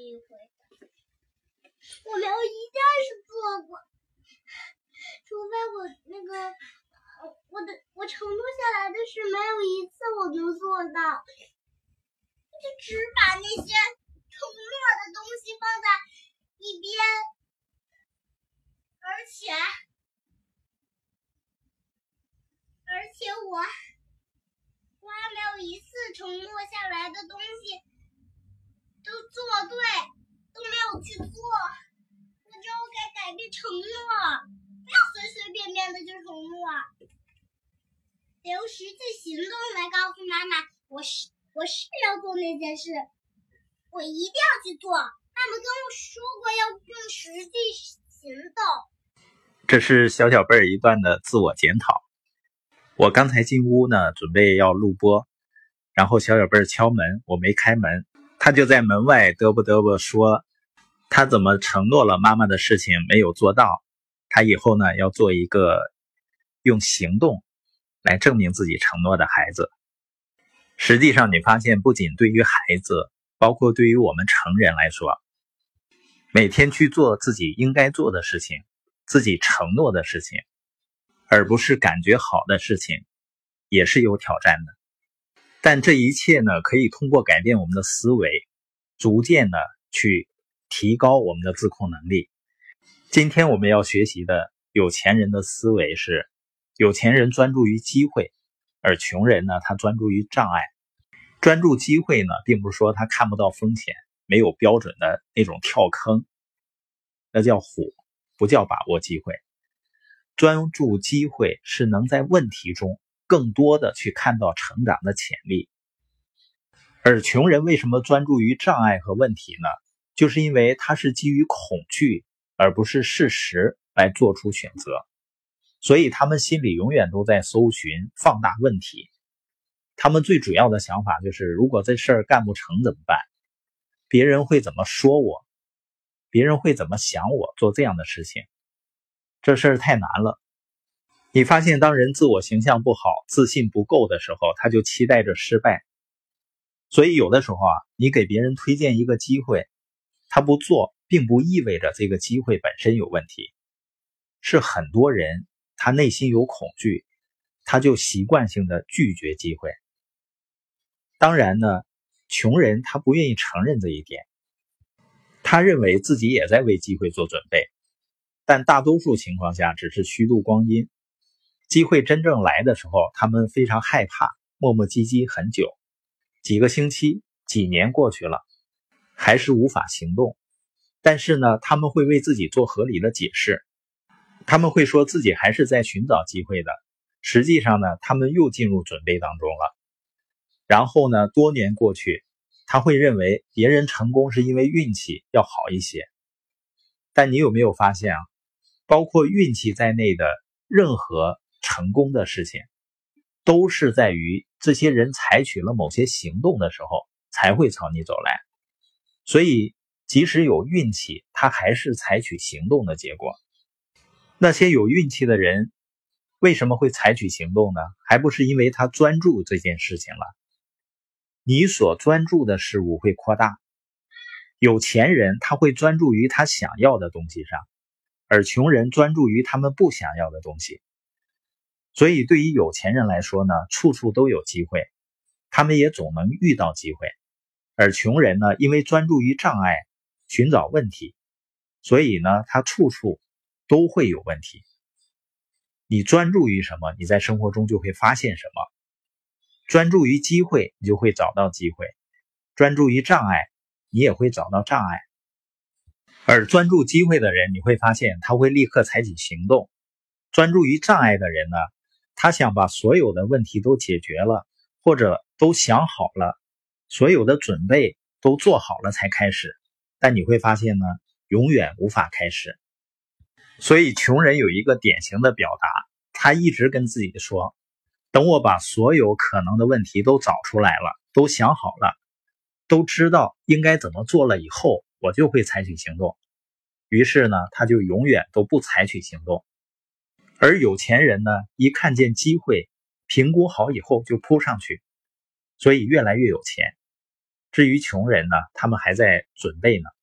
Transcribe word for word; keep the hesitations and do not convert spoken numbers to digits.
一回的，我没有一件事做过，除非我那个我的我承诺下来的事没有一次我能做到，就只把那些承诺的东西放在一边，而且而且我我还没有一次承诺下来的东西都做对，都没有去做，我就该改变承诺，不要随随便便的就承诺，得用实际行动来告诉妈妈，我是我是要做那件事，我一定要去做。妈妈跟我说过要用实际行动。 这是小小贝儿一段的自我检讨。我刚才进屋呢，准备要录播，然后小小贝儿敲门，我没开门，他就在门外嘚啵嘚啵说，他怎么承诺了妈妈的事情没有做到，他以后呢要做一个用行动来证明自己承诺的孩子。实际上你发现，不仅对于孩子，包括对于我们成人来说，每天去做自己应该做的事情，自己承诺的事情，而不是感觉好的事情，也是有挑战的。但这一切呢，可以通过改变我们的思维，逐渐的去提高我们的自控能力。今天我们要学习的有钱人的思维是，有钱人专注于机会，而穷人呢，他专注于障碍。专注机会呢，并不是说他看不到风险，没有标准的那种跳坑，那叫虎，不叫把握机会。专注机会是能在问题中更多的去看到成长的潜力。而穷人为什么专注于障碍和问题呢？就是因为他是基于恐惧而不是事实来做出选择，所以他们心里永远都在搜寻放大问题。他们最主要的想法就是，如果这事儿干不成怎么办？别人会怎么说我？别人会怎么想我做这样的事情？这事儿太难了。你发现当人自我形象不好，自信不够的时候，他就期待着失败。所以有的时候啊，你给别人推荐一个机会，他不做，并不意味着这个机会本身有问题。是很多人他内心有恐惧，他就习惯性的拒绝机会。当然呢，穷人他不愿意承认这一点，他认为自己也在为机会做准备，但大多数情况下只是虚度光阴。机会真正来的时候，他们非常害怕，磨磨唧唧很久，几个星期、几年过去了，还是无法行动。但是呢，他们会为自己做合理的解释，他们会说自己还是在寻找机会的，实际上呢，他们又进入准备当中了。然后呢，多年过去，他会认为别人成功是因为运气要好一些。但你有没有发现啊，包括运气在内的任何成功的事情，都是在于这些人采取了某些行动的时候才会朝你走来。所以即使有运气，他还是采取行动的结果。那些有运气的人为什么会采取行动呢？还不是因为他专注这件事情了。你所专注的事物会扩大。有钱人他会专注于他想要的东西上，而穷人专注于他们不想要的东西。所以对于有钱人来说呢，处处都有机会，他们也总能遇到机会。而穷人呢，因为专注于障碍，寻找问题，所以呢，他处处都会有问题。你专注于什么，你在生活中就会发现什么。专注于机会，你就会找到机会；专注于障碍，你也会找到障碍。而专注机会的人，你会发现他会立刻采取行动。专注于障碍的人呢，他想把所有的问题都解决了，或者都想好了，所有的准备都做好了才开始。但你会发现呢，永远无法开始。所以穷人有一个典型的表达，他一直跟自己说，等我把所有可能的问题都找出来了，都想好了，都知道应该怎么做了以后，我就会采取行动。于是呢，他就永远都不采取行动。而有钱人呢，一看见机会，评估好以后就扑上去，所以越来越有钱。 至于穷人呢，他们还在准备呢。